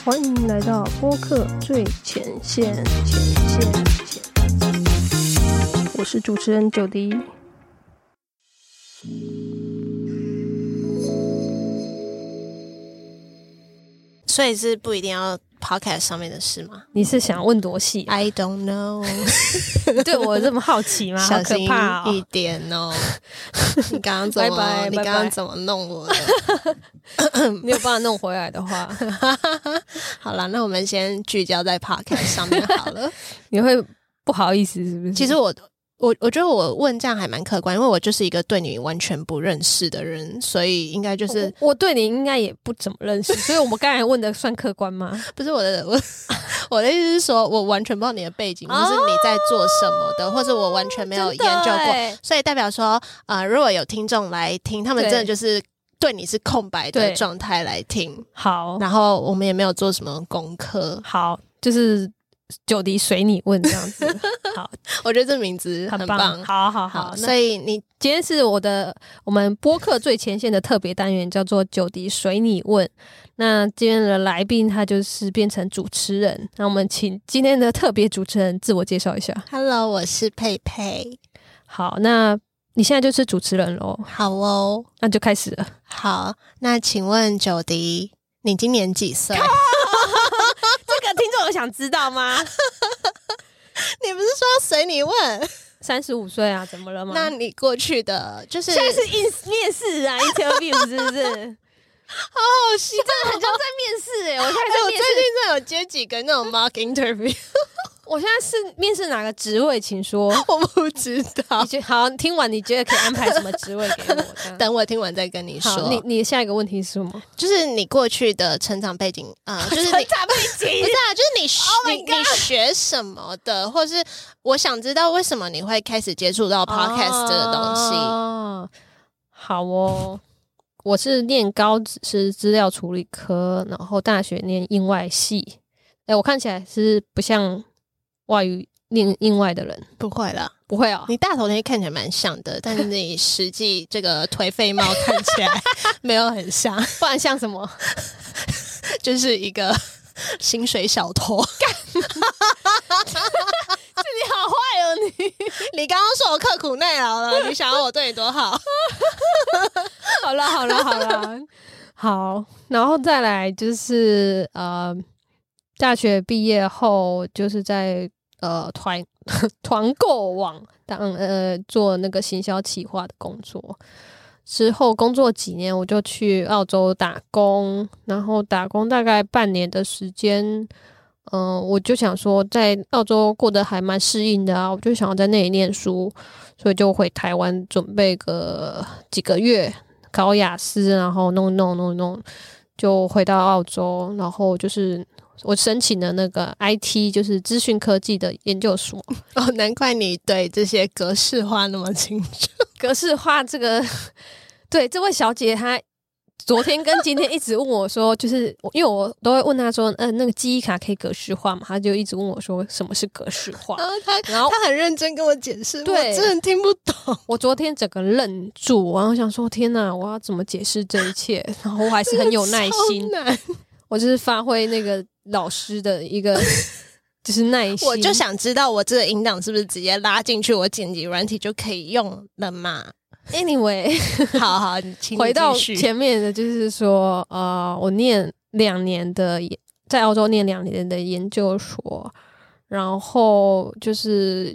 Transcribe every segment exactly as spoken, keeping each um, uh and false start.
欢迎来到播客最前线，前线，前线。我是主持人九迪。 所以是不一定要 podcast 上面的事吗？ 你是想问多细、啊、 ？I don't know 。 对我这么好奇吗？ 小心好可怕一点哦！你刚刚怎么？ 拜拜你刚刚怎么弄我的？ 没有办法弄回来的话， 好啦，那我们先聚焦在 podcast 上面好了。 你会不好意思是不是？ 其实我。我我觉得我问这样还蛮客观，因为我就是一个对你完全不认识的人，所以应该就是我, 我对你应该也不怎么认识，所以我们刚才问的算客观吗？ 不是我的，我我的意思是说，我完全不知道你的背景，或是你在做什么的，或者我完全没有研究过，所以代表说，呃，如果有听众来听，他们真的就是对你是空白的状态来听， 好， 然后我们也没有做什么功课， 好，就是。九迪随你问这样子，好， 我觉得这名字很棒， 很棒好好 好, 好。 所以你今天是我的我们播客最前线的特别单元，叫做九迪随你问。那今天的来宾他就是变成主持人，那我们请今天的特别主持人自我介绍一下。 Hello， 我是佩佩。 好，那你现在就是主持人咯。 好哦， 那就开始了。 好，那请问九迪，你今年几岁？ 这个听众有想知道吗？ 你不是说要随你问？ 三十五岁啊，怎么了吗？ 那你过去的就是现在是面试啊，interview 是不是？ 好好笑， 你真的很像在面试哎、欸！我现在在面试、欸，我最近真的有接几个那种 mock interview。 我现在是面试哪个职位，请说。 我不知道。 你觉好，听完你觉得可以安排什么职位给我？ 等我听完再跟你说。 你你下一个问题是什么？ 就是你过去的成长背景啊、呃，就是成长背景， 不是啊，就是你、 oh、 你你学什么的，或是我想知道为什么你会开始接触到 podcast 这个东西。 哦，好哦。我是念高职是资料处理科，然后大学念应外系。哎，我看起来是不像外语念应外的人。 不会啦， 不会哦。 你大头贴看起来蛮像的，但是你实际这个颓废帽看起来没有很像。 不然像什么？ 就是一个薪水小偷。 你好坏哦你！ 你刚刚说我刻苦耐劳了，你想要我对你多好？ 好了好了好了，好，然后再来就是呃，大学毕业后就是在呃团团购网当呃做那个行销企划的工作。之后工作几年，我就去澳洲打工，然后打工大概半年的时间。嗯、呃，我就想说，在澳洲过得还蛮适应的啊，我就想要在那里念书，所以就回台湾准备个几个月考雅思，然后弄弄弄弄，就回到澳洲，然后就是我申请了那个 I T， 就是资讯科技的研究所。 哦，难怪你对这些格式化那么清楚。 格式化这个，对，这位小姐她。昨天跟今天一直问我说，就是因为我都会问他说，嗯、呃，那个记忆卡可以格式化嘛？他就一直问我说，什么是格式化？ 然后他，然后他很认真跟我解释， 对， 我真的听不懂。 我昨天整个愣住，然后想说，天哪，我要怎么解释这一切？然后我还是很有耐心，我就是发挥那个老师的一个就是耐心。 我就想知道，我这个音档是不是直接拉进去，我剪辑软体就可以用了嘛？ Anyway， 好好，你请你回到前面的，就是说，呃，我念两年的，在澳洲念两年的研究所，然后就是，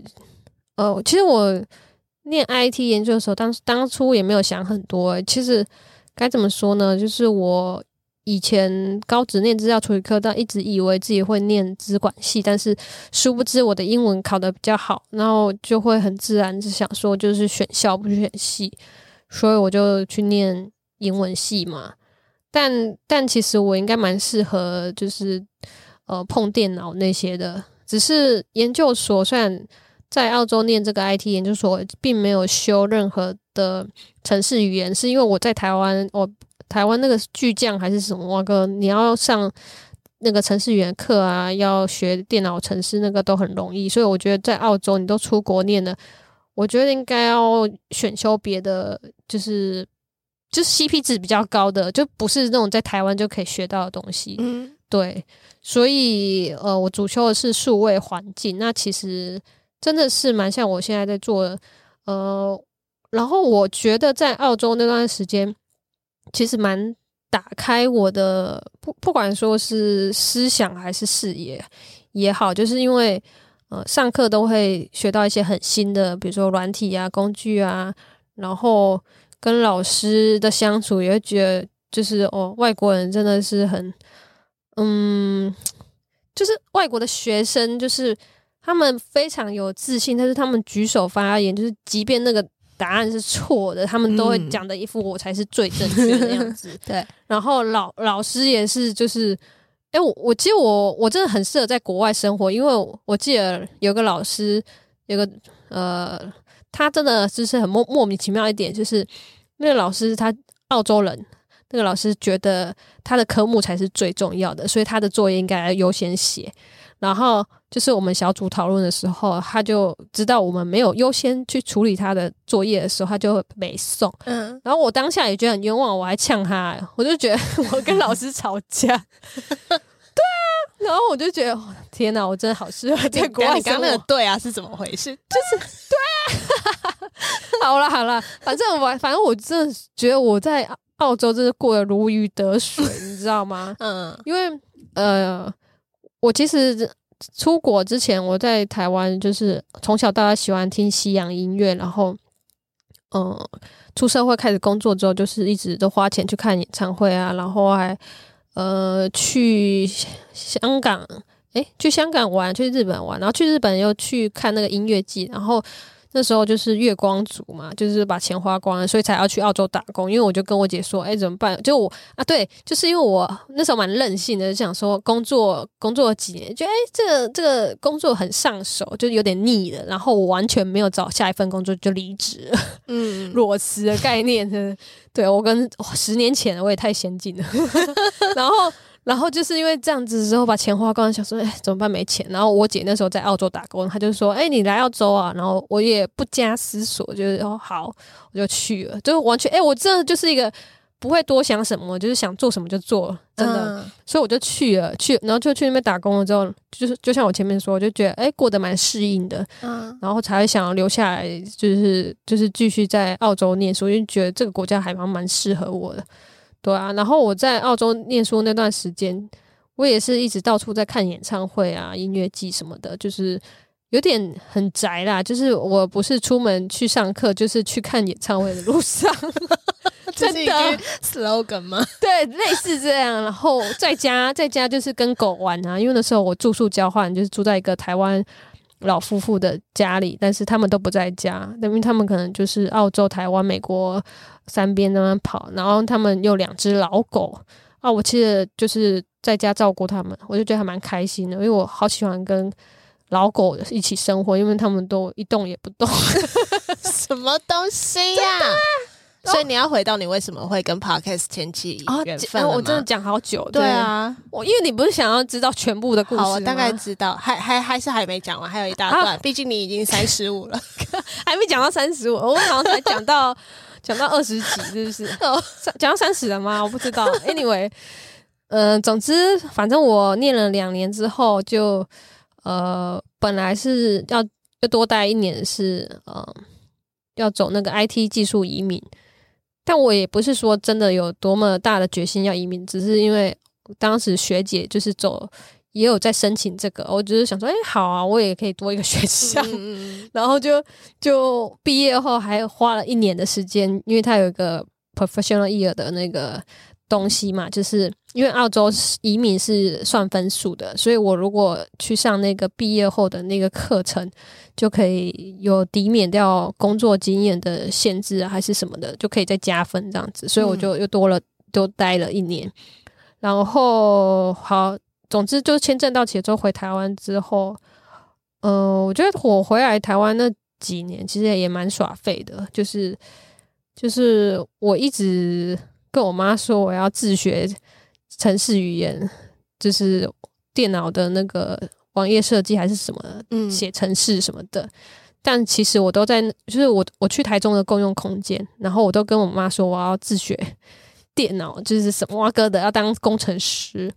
呃，其实我念 I T 研究所，当当初也没有想很多，其实该怎么说呢？就是我以前高职念资料处理科，但一直以为自己会念资管系，但是殊不知我的英文考得比较好，然后就会很自然就想说就是选校不选系，所以我就去念英文系嘛。但但其实我应该蛮适合就是呃碰电脑那些的，只是研究所虽然在澳洲念这个 I T 研究所，并没有修任何的程式语言，是因为我在台湾我。台湾那个巨匠还是什么那个，你要上那个程式语言课啊，要学电脑程式，那个都很容易。所以我觉得在澳洲你都出国念了，我觉得应该要选修别的，就是就是 C P 值比较高的，就不是那种在台湾就可以学到的东西。 嗯， 对，所以呃，我主修的是数位环境，那其实真的是蛮像我现在在做的，呃，然后我觉得在澳洲那段时间，其实蛮打开我的，不不管说是思想还是视野也好，就是因为呃上课都会学到一些很新的，比如说软体啊、工具啊，然后跟老师的相处也会觉得，就是哦，外国人真的是很。嗯，就是外国的学生，就是他们非常有自信，但是他们举手发言，就是即便那个答案是错的，他们都会讲的一副我才是最正确的样子。 对， 然后老老师也是，就是哎、欸，我我记得我我真的很适合在国外生活，因为我, 我记得有个老师，有个呃，他真的就是很莫莫名其妙一点，就是那个老师他澳洲人。那个老师觉得他的科目才是最重要的，所以他的作业应该优先写。然后就是我们小组讨论的时候，他就知道我们没有优先去处理他的作业的时候，他就会没送。嗯，然后我当下也觉得很冤枉，我还呛他，我就觉得我跟老师吵架。对啊，然后我就觉得天哪，我真的好适合在国外生活。 你刚刚那个对啊是怎么回事？ 就是对啊。好啦好啦，反正我反正我真的觉得我在澳洲真的过得如鱼得水，你知道吗？嗯，因为呃，我其实出国之前，我在台湾就是从小到大喜欢听西洋音乐，然后嗯、呃，出社会开始工作之后，就是一直都花钱去看演唱会啊，然后还呃去香港，诶，去香港玩，去日本玩，然后去日本又去看那个音乐季，然后。那时候就是月光族嘛，就是把钱花光了，所以才要去澳洲打工。因为我就跟我姐说，哎、欸，怎么办？就我啊，对，就是因为我那时候蛮任性的，就想说工作工作了几年，觉得哎、欸，这个这个工作很上手，就有点腻了。然后我完全没有找下一份工作就离职了，嗯，裸辞的概念，对我跟十年前我也太先进了，然后。然后就是因为这样子之后把钱花光，想说哎怎么办没钱？然后我姐那时候在澳洲打工，她就说哎你来澳洲啊，然后我也不加思索，就是哦好我就去了，就完全哎我真的就是一个不会多想什么，就是想做什么就做，真的，嗯、所以我就去了去，然后就去那边打工了之后，就是就像我前面说，我就觉得哎过得蛮适应的，嗯，然后才会想要留下来，就是就是继续在澳洲念书，因为觉得这个国家还蛮蛮适合我的。对啊，然后我在澳洲念书那段时间，我也是一直到处在看演唱会啊、音乐季什么的，就是有点很宅啦。就是我不是出门去上课，就是去看演唱会的路上，真的 slogan 吗？ 对，类似这样。然后在家，在家就是跟狗玩啊，因为那时候我住宿交换，就是住在一个台湾老夫妇的家里，但是他们都不在家，因为他们可能就是澳洲、台湾、美国。三边那边跑，然后他们有两只老狗啊，我其实就是在家照顾他们，我就觉得还蛮开心的，因为我好喜欢跟老狗一起生活，因为他们都一动也不动。 什么东西呀、啊？所以你要回到你为什么会跟 Podcast 牵起缘分了吗、 哦、我真的讲好久。 对啊， 我因为你不是想要知道全部的故事吗？ 好，我大概知道，还还还是还没讲完，还有一大段。毕、啊、竟你已经三十五了， 还没讲到三十五，我好像才讲到。讲到二十几是不是？讲到三十了吗？我不知道。Anyway， 呃，总之，反正我念了两年之后就，就呃，本来是要要多待一年是，是呃，要走那个 I T 技术移民。但我也不是说真的有多么大的决心要移民，只是因为当时学姐就是走。也有在申请这个，我只是想说，哎、欸，好啊，我也可以多一个选项。嗯、然后就就毕业后还花了一年的时间，因为它有一个 professional year 的那个东西嘛，就是因为澳洲移民是算分数的，所以我如果去上那个毕业后的那个课程，就可以有抵免掉工作经验的限制啊，还是什么的，就可以再加分这样子，所以我就又多了，多待了一年。然后好。总之，就签证到期之后回台湾之后，呃，我觉得我回来台湾那几年其实也蛮耍废的，就是就是我一直跟我妈说我要自学程式语言，就是电脑的那个网页设计还是什么，嗯，写程式什么的。但其实我都在，就是我我去台中的共用空间，然后我都跟我妈说我要自学电脑，就是什么哇哥的要当工程师。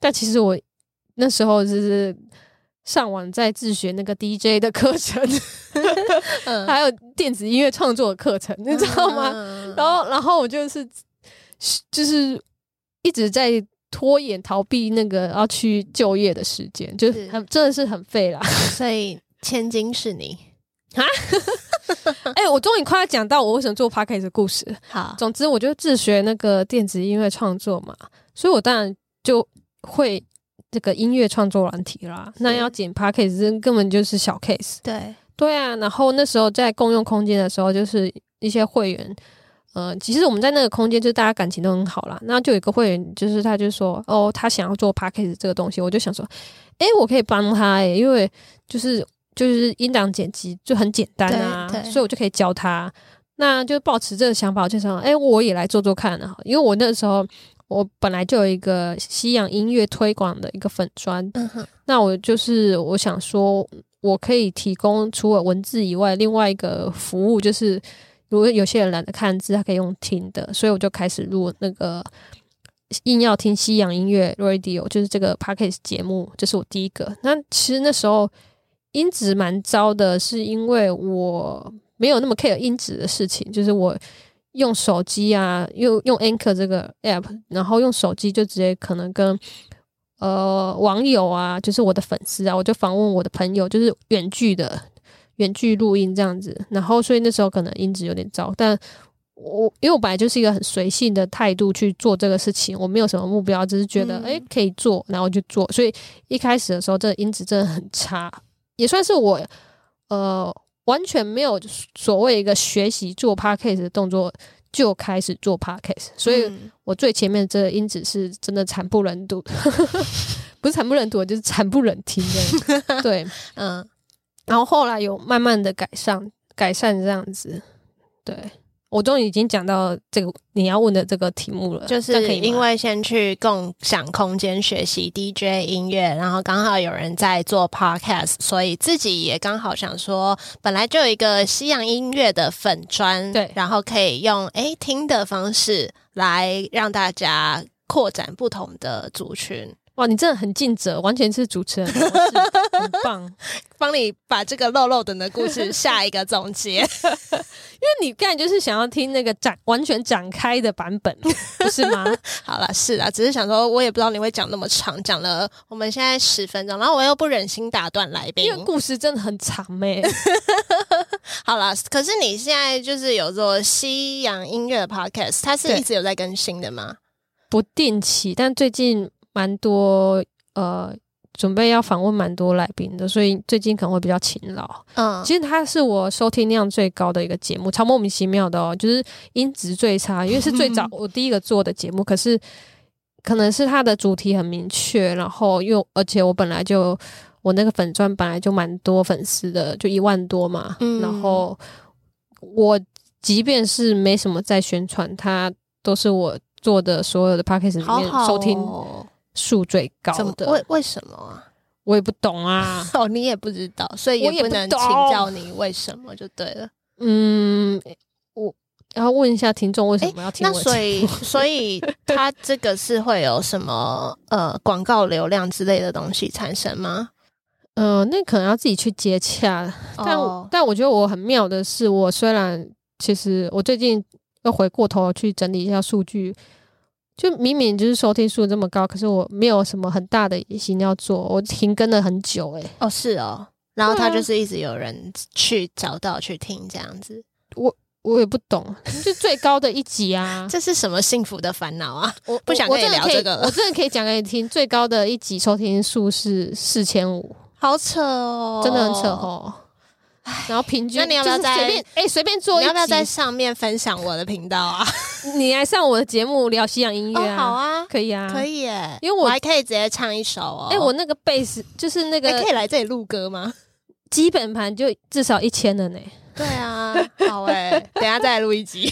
但其实我那时候就是上网在自学那个 D J 的课程，嗯、还有电子音乐创作的课程，你知道吗？嗯、然后，然后我就是就是一直在拖延逃避那个要去就业的时间，就是很真的是很废啦。 所以千金是你啊！哎、欸，我终于快要讲到我为什么做 podcast 的故事。 好， 总之我就自学那个电子音乐创作嘛，所以我当然就会这个音乐创作软体啦。那要剪 podcast 根本就是小 case。 对对啊，然后那时候在共用空间的时候，就是一些会员。呃，其实我们在那个空间，就是大家感情都很好啦。那就有一个会员，就是他就说，哦，他想要做 podcast 这个东西，我就想说，哎，我可以帮他哎、欸，因为就是就是音档剪辑就很简单啊，所以我就可以教他。那就抱持这个想法，我就想，哎，我也来做做看啊，因为我那时候我本来就有一个西洋音乐推广的一个粉专，嗯哼，那我就是我想说，我可以提供除了文字以外，另外一个服务就是。如果有些人懒得看字，他可以用听的，所以我就开始录那个硬要听西洋音乐 radio， 就是这个 podcast 节目，这是我第一个。那其实那时候音质蛮糟的，是因为我没有那么 care 音质的事情，就是我用手机啊，用用 Anchor 这个 app， 然后用手机就直接可能跟呃网友啊，就是我的粉丝啊，我就访问我的朋友，就是远距的。远距录音这样子，然后所以那时候可能音质有点糟，但我因为我本来就是一个很随性的态度去做这个事情，我没有什么目标，只是觉得诶、嗯欸、可以做，然后就做。所以一开始的时候，这个音质真的很差，也算是我呃完全没有所谓一个学习做 podcast 的动作就开始做 podcast， 所以我最前面这个音质是真的惨不忍睹，不是惨不忍睹，就是惨不忍听的。对，嗯。然后后来有慢慢的改善，改善这样子。对，我终于已经讲到这个你要问的这个题目了， 就是因为先去共享空间学习 D J 音乐，然后刚好有人在做 podcast， 所以自己也刚好想说，本来就有一个西洋音乐的粉专， 对， 然后可以用诶听的方式来让大家扩展不同的族群。 哇，你真的很尽责，完全是主持人的模式，很棒。 帮你把这个漏漏等的故事下一个总结，因为你刚才就是想要听那个展完全展开的版本，不是吗？ 好啦，是啦，只是想说，我也不知道你会讲那么长，讲了我们现在十分钟，然后我又不忍心打断来宾， 因为故事真的很长欸。 好啦，可是你现在就是有做西洋音乐的 podcast， 它是一直有在更新的吗？ 不定期，但最近蛮多呃。准备要访问蛮多来宾的，所以最近可能会比较勤劳。嗯，其实它是我收听量最高的一个节目，超莫名其妙的哦，就是音质最差，因为是最早我第一个做的节目，可是可能是它的主题很明确，然后又而且我本来就我那个粉专本来就蛮多粉丝的，就一万多嘛，嗯，然后我即便是没什么在宣传，它都是我做的所有的 podcast 里面收听。好好哦，数最高的， 为为什么啊？ 我也不懂啊。 哦，你也不知道，所以也不能请教你为什么就对了。 嗯，我要问一下听众为什么要听我的节目？ 那所以，所以他这个是会有什么呃广告流量之类的东西产生吗？ 呃，那可能要自己去接洽。但、哦、但我觉得我很妙的是，我虽然其实我最近又回过头去整理一下数据。就明明就是收听数这么高，可是我没有什么很大的野心要做，我停更了很久欸。 哦，是哦，然后他就是一直有人去找到去听这样子。 我我也不懂，就最高的一集啊， 这是什么幸福的烦恼啊？我不想跟你聊这个了。 我真的可以讲给你听，最高的一集收听数是四千五， 好扯哦， 真的很扯哦。然后平均， 那你要不要在随便哎随便做一集？ 你要不要在上面分享我的频道啊？ 你来上我的节目聊西洋音乐啊？ 哦、好啊， 可以啊， 可以耶， 因为 我, 我还可以直接唱一首哦。 哎、欸，我那个贝斯就是那个、 欸，可以来这里录歌吗？ 基本盘就至少一千了呢。 对啊，好哎，等一下再来录一集。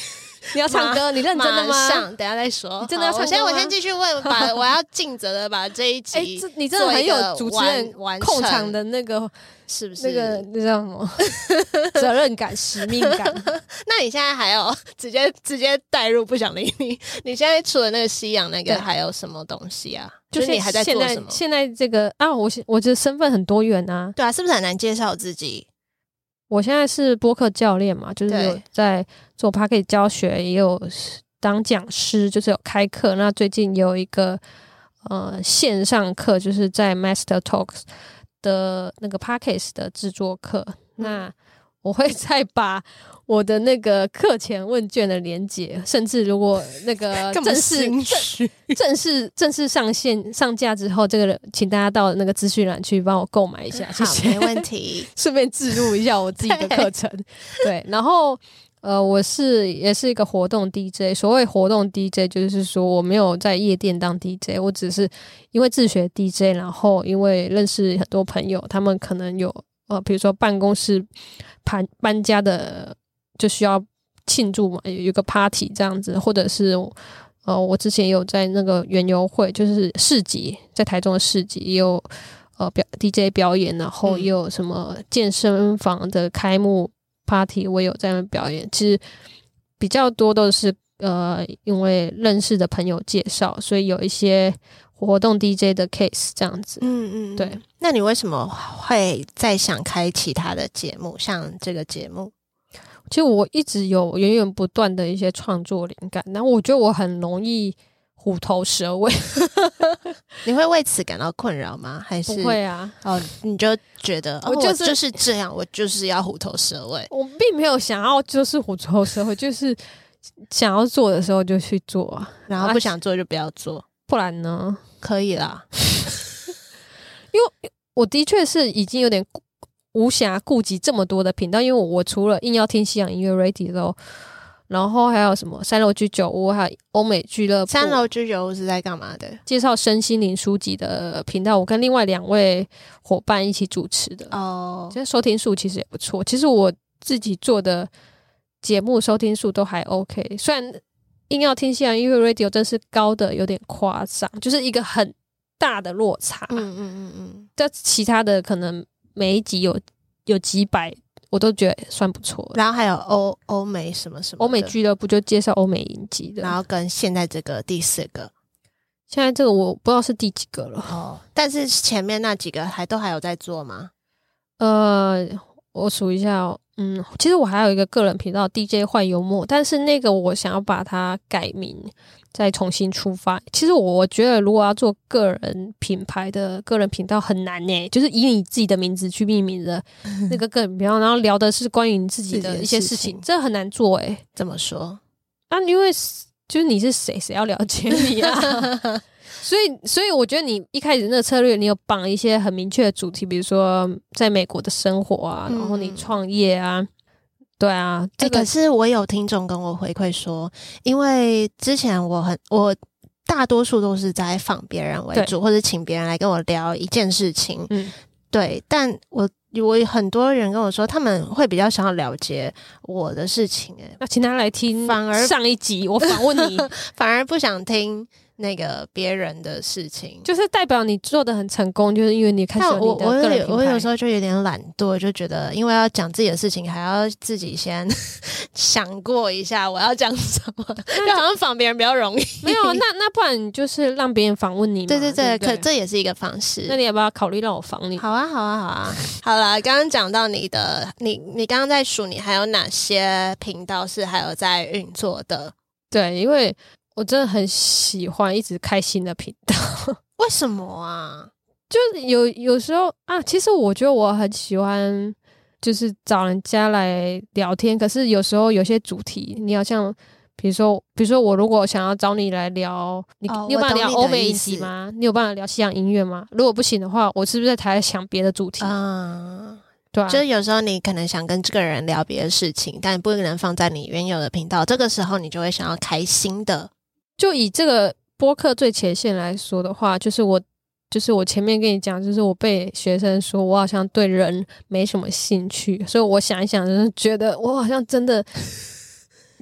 你要唱歌？你认真的吗？ 马上，等一下再说。 你真的要唱歌吗？ 我先我先继续问，把我要尽责的把这一集、欸， 你真的很有主持人控场的那个， 是不是？ 那个那叫什么责任感、使命感？ 那你现在还有直接直接带入，不想理你。你现在除了那个西洋那个，还有什么东西啊？就是你还在做什么？ 现在这个啊，我我的身份很多元啊。 对啊，是不是很难介绍自己？ 我现在是播客教练嘛，就是有在做 Podcast 教学，也有当讲师，就是有开课。那最近有一个呃线上课，就是在 Master Talks 的那个 Podcast 的制作课。嗯、那我会再把我的那个课前问卷的连结，甚至如果那个正式正式正式上线上架之后，这个请大家到那个资讯栏去帮我购买一下，谢谢， 没问题。 顺便置入一下我自己的课程，对, 对，然后呃，我是也是一个活动 D J， 所谓活动 D J 就是说我没有在夜店当 D J， 我只是因为自学 D J， 然后因为认识很多朋友，他们可能有呃，比如说办公室搬搬家的。就需要庆祝嘛，有一个 party 这样子，或者是呃，我之前也有在那个园游会，就是市集，在台中的市集也有呃表 D J 表演，然后也有什么健身房的开幕 party， 我也有在那表演。其实比较多都是呃，因为认识的朋友介绍，所以有一些活动 D J 的 case 这样子。嗯嗯，对。 那你为什么会再想开其他的节目，像这个节目？ 其实我一直有源源不断的一些创作灵感，然后我觉得我很容易虎头蛇尾。 你会为此感到困扰吗？还是不会啊？ 哦，你就觉得我、就是哦、我就是这样，我就是要虎头蛇尾。 我并没有想要就是虎头蛇尾，就是想要做的时候就去做啊， 然后不想做就不要做，啊、 不然呢？ 可以啦。 因为我的确是已经有点无暇顾及这么多的频道，因为我我除了硬要听西洋音乐 radio， 然后还有什么三楼居酒屋，还有欧美俱乐部。 三楼居酒屋是在干嘛的？ 介绍身心灵书籍的频道，我跟另外两位伙伴一起主持的。哦，这收听数其实也不错。其实我自己做的节目收听数都还 OK， 虽然硬要听西洋音乐 radio 真是高的有点夸张，就是一个很大的落差。嗯嗯嗯嗯，但其他的可能每一集有有几百，我都觉得算不错。 然后还有欧欧美什么什么， 欧美俱乐部就介绍欧美影集的， 然后跟现在这个第四个， 现在这个我不知道是第几个了。 哦，但是前面那几个还都还有在做吗？ 呃，我数一下哦。嗯，其实我还有一个个人频道 D J 坏幽默，但是那个我想要把它改名，再重新出发。其实我觉得如果要做个人品牌的个人频道很难耶，就是以你自己的名字去命名的那个个人频道，然后聊的是关于你自己的一些事情，这很难做耶。 怎么说啊？因为就是你是谁，谁要了解你啊？所以，所以我觉得你一开始那个策略，你有绑一些很明确的主题，比如说在美国的生活啊，然后你创业啊，嗯、对啊。 这个、欸、可是我有听众跟我回馈说，因为之前我很我大多数都是在访别人为主，或者请别人来跟我聊一件事情，嗯，对。但我我很多人跟我说，他们会比较想要了解我的事情、欸，哎， 那请他来听， 反而上一集我访问你， 反而不想听。那个别人的事情， 就是代表你做得很成功，就是因为你开始有你的个人品牌。 我我有时候就有点懒惰，就觉得因为要讲自己的事情，还要自己先想过一下我要讲什么，就好像访别人比较容易。 没有，那那不然你就是让别人访问你嘛？ 对对对， 对对可这也是一个方式。 那你要不要考虑让我访你？ 好啊，好啊，好啊。好啦，刚刚讲到你的，你你刚刚在数你还有哪些频道是还有在运作的？ 对，因为我真的很喜欢一直开新的频道。 为什么啊？ 就有有时候啊，其实我觉得我很喜欢就是找人家来聊天，可是有时候有些主题你好像比如说比如说我如果想要找你来聊你、哦、你有办法聊欧美影集吗？你有办法聊西洋音乐吗？如果不行的话，我是不是在台想别的主题啊？对啊， 就是有时候你可能想跟这个人聊别的事情，但不能放在你原有的频道，这个时候你就会想要开新的。 就以这个播客最前线来说的话，就是我就是我前面跟你讲，就是我被学生说我好像对人没什么兴趣，所以我想一想就是觉得我好像真的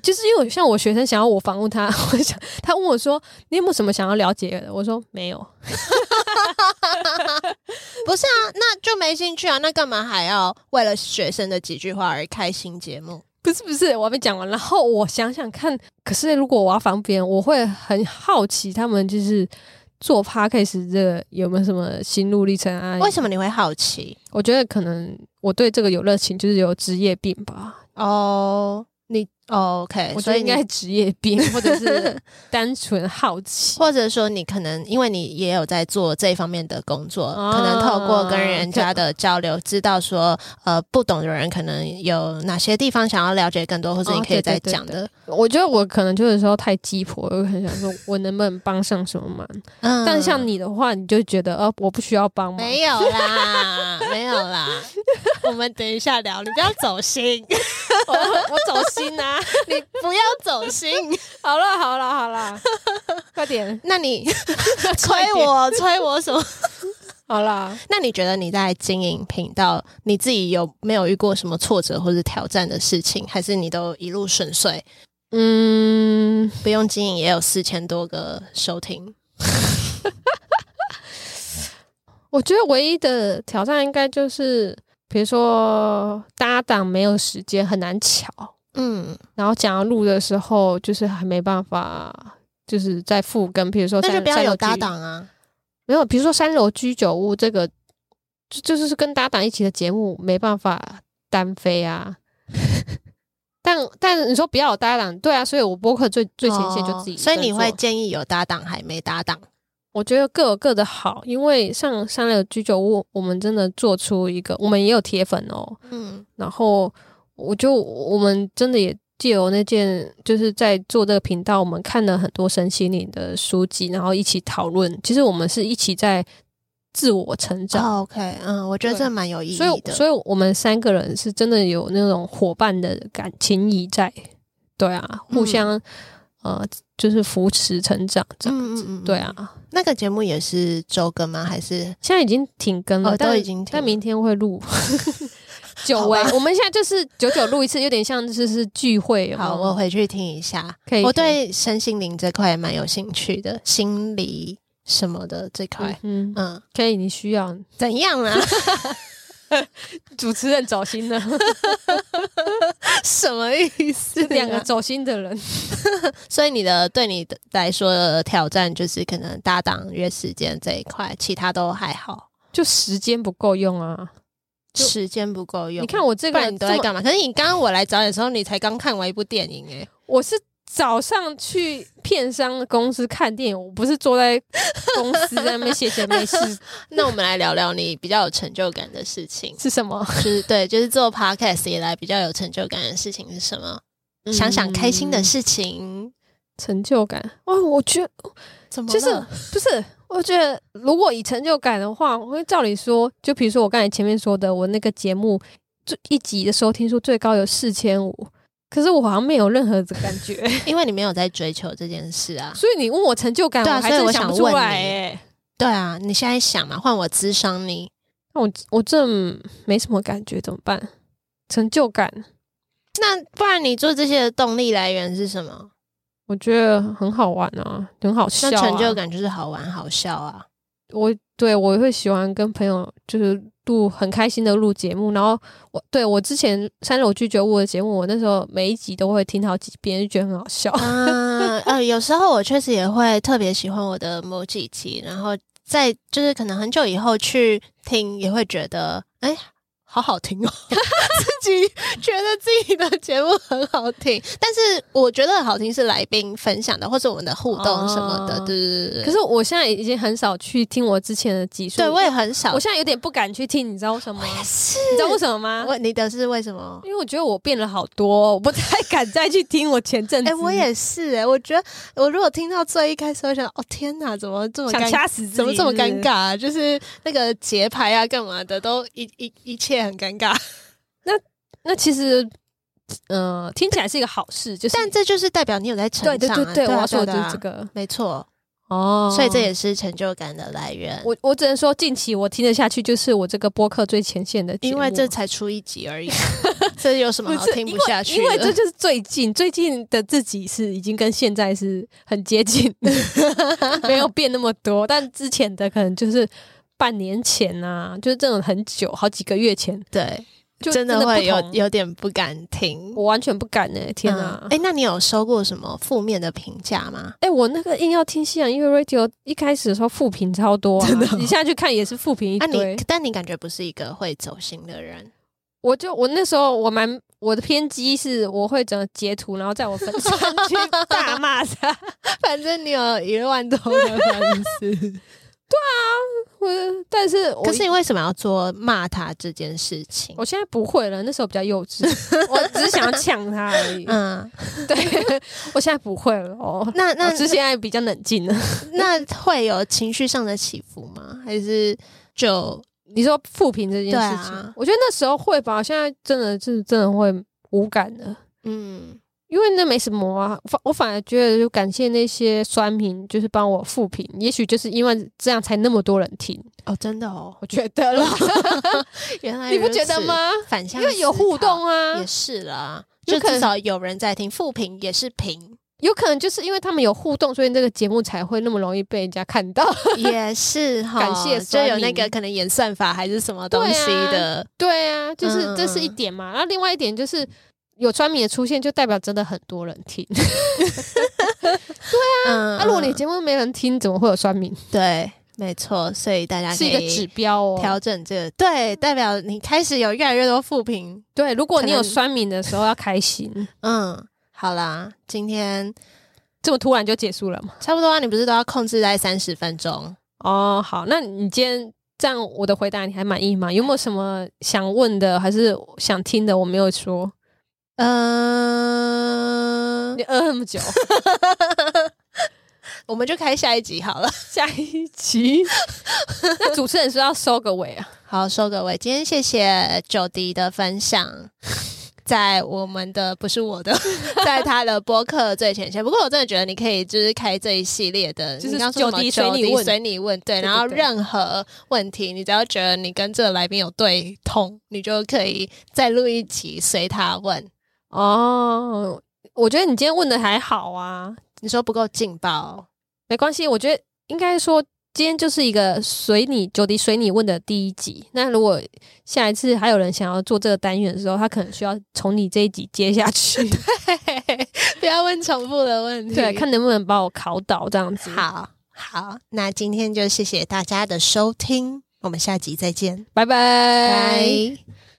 就是因为像我学生想要我访问他，我想他问我说你有没有什么想要了解的，我说没有。 不是啊，那就没兴趣啊，那干嘛还要为了学生的几句话而开新节目？ 不是不是，我还没讲完。然后我想想看，可是如果我要访别人，我会很好奇他们就是做 podcast 这个有没有什么心路历程啊？ 为什么你会好奇？ 我觉得可能我对这个有热情，就是有职业病吧。 哦，你哦 OK， 我觉得应该是职业病，或者是单纯好奇， 或者说你可能因为你也有在做这方面的工作， 啊、 可能透过跟人家的交流，知道说呃不懂的人可能有哪些地方想要了解更多，或者你可以再讲的。 哦、对对对对，我觉得我可能就是说太鸡婆，我很想说我能不能帮上什么忙。嗯，但像你的话，你就觉得呃我不需要帮忙。 没有啦，没有啦。我们等一下聊，你不要走心。 我, 我走心啊， 你不要走心。 好了好了好了，快点。 那你催我催我什么？ 好啦， 那你觉得你在经营频道，你自己有没有遇过什么挫折或者挑战的事情，还是你都一路顺遂？嗯，不用经营也有四千多个收听。 我觉得唯一的挑战应该就是比如说搭档没有时间，很难巧。嗯，然后讲要录的时候就是还没办法，就是在复更，比如说那就不要有搭档啊。 没有，比如说三楼居酒屋这个就就是跟搭档一起的节目没办法单飞啊。但但你说不要有搭档，对啊，所以我播客最最前线就自己、哦、 所以你会建议有搭档还没搭档？ 我觉得各有各的好，因为像三楼居酒屋我们真的做出一个，我们也有铁粉哦，嗯，然后我就我们真的也藉由那件就是在做这个频道，我们看了很多身心灵的书籍，然后一起讨论，其实我们是一起在自我成长。 哦、OK， 嗯，我觉得这蛮有意义的。 所以，所以我们三个人是真的有那种伙伴的感情谊在，对啊，互相、嗯、呃就是扶持成长这样子，嗯嗯嗯对啊。 那个节目也是周更吗？还是现在已经停更了？ 哦、都已经停了， 但明天会录。久违，我们现在就是久久录一次，有点像就是聚会有没有。 好，我回去听一下。 可以， 我对身心灵这块也蛮有兴趣的，心理什么的这块， 嗯嗯，可以，你需要怎样啊？ 主持人走心了， 什么意思、啊？ 两个走心的人， 所以你的对你来说的挑战就是可能搭档约时间这一块，其他都还好， 就时间不够用啊。 时间不够用， 你看我这个人你都在干嘛？可是你刚刚我来找你的时候，你才刚看完一部电影诶、欸。 我是早上去片商公司看电影，我不是坐在公司在那边闲闲没事。 那我们来聊聊你比较有成就感的事情是什么？ 就是对，就是做 podcast 以来比较有成就感的事情是什么？嗯、想想开心的事情， 成就感哦，我觉得怎么了？ 就是不是？我觉得如果以成就感的话，我会照理说，就比如说我刚才前面说的，我那个节目一集的收听数最高有四千五，可是我好像没有任何的感觉， 因为你没有在追求这件事啊。 所以你问我成就感， 对啊， 我还是想不出来欸。 对啊，你现在想嘛，换我咨商你， 我我这没什么感觉，怎么办？成就感， 那不然你做这些的动力来源是什么？ 我觉得很好玩啊，很好笑啊。 那成就感就是好玩好笑啊。 我对我会喜欢跟朋友就是录很开心的录节目，然后我对我之前三楼居酒屋的节目，我那时候每一集都会听好几遍，就觉得很好笑。 嗯呃，有时候我确实也会特别喜欢我的某几集，然后在就是可能很久以后去听，也会觉得哎。好好听哦，自己觉得自己的节目很好听，但是我觉得好听是来宾分享的，或是我们的互动什么的，对对对。 可是我现在已经很少去听我之前的集数， 对我也很少， 我现在有点不敢去听，你知道为什么吗？ 我也是， 你知道为什么吗？ 我你的是为什么？ 因为我觉得我变了好多，我不太敢再去听我前阵子。 哎、欸，我也是哎、欸，我觉得我如果听到最一开始，我想，哦天哪，怎么这么想掐死自己， 怎么这么尴尬、啊？就是那个节拍啊，干嘛的，都一一一切很尴尬。 那那其实，呃，听起来是一个好事，就是， 但这就是代表你有在成长、啊。 对对对对， 对啊、 我要说的就是这个， 没错。 哦， 所以这也是成就感的来源。 我我只能说，近期我听得下去，就是我这个播客最前线的节目， 因为这才出一集而已。 这有什么好听不下去的？ 因为因为这就是最近最近的自己是已经跟现在是很接近的没有变那么多，但之前的可能就是半年前啊，就是这种很久好几个月前， 对， 就真的会有有点不敢听， 我完全不敢欸，天啊！ 哎、嗯欸，那你有收过什么负面的评价吗？ 哎、欸，我那个硬要听西洋音乐 radio 一开始的时候负评超多、啊， 真的、哦， 你现在去看也是负评一堆。 啊、你但你感觉不是一个会走心的人。 我就我那时候我蛮我的偏激是我会整个截图，然后在我粉丝团去大骂他， 反正你有一万多的粉丝。 对啊，我但是我可是你为什么要做骂他这件事情？ 我现在不会了，那时候比较幼稚，我只是想要呛他而已。嗯，对，我现在不会了哦。 那那我是现在比较冷静了。 那会有情绪上的起伏吗？还是就你说负评这件事情？啊、我觉得那时候会吧，现在真的是真的会无感的。嗯。因为那没什么啊，我反而觉得就感谢那些酸民，就是帮我复评，也许就是因为这样才那么多人听哦，真的哦， 我觉得啦， 原来你不觉得吗？ 反向因为有互动啊， 也是啦，就至少有人在听，复评也是评， 有可能就是因为他们有互动，所以这个节目才会那么容易被人家看到， 也是哈， 感谢就有那个可能演算法还是什么东西的， 对啊，对啊，就是这是一点嘛，然后另外一点就是。有酸民的出现，就代表真的很多人听。对啊，嗯、啊，如果你节目没人听，怎么会有酸民？ 对，没错，所以大家是一个指标哦， 调整这个，对，代表你开始有越来越多负评。 对，如果你有酸民的时候要开心。 嗯，好啦，今天这么突然就结束了吗？ 差不多啊，你不是都要控制在三十分钟？ 哦，好，那你今天这样我的回答你还满意吗？有没有什么想问的，还是想听的我没有说？嗯、呃，你饿那么久， 我们就开下一集好了。 下一集，那主持人说要收个尾啊。 好，收个尾。今天谢谢九迪的分享，在我们的不是我的，在他的播客最前线。不过我真的觉得你可以就是开这一系列的， 就是九迪随你问， 随你问，对。然后任何问题，你只要觉得你跟这个来宾有对通，你就可以再录一集随他问。 哦，我觉得你今天问的还好啊。 你说不够劲爆， 没关系。我觉得应该说今天就是一个随你九迪随你问的第一集。那如果下一次还有人想要做这个单元的时候，他可能需要从你这一集接下去。 对，不要问重复的问题， 对，看能不能把我考倒这样子。 好，好，那今天就谢谢大家的收听，我们下集再见， 拜拜。 拜。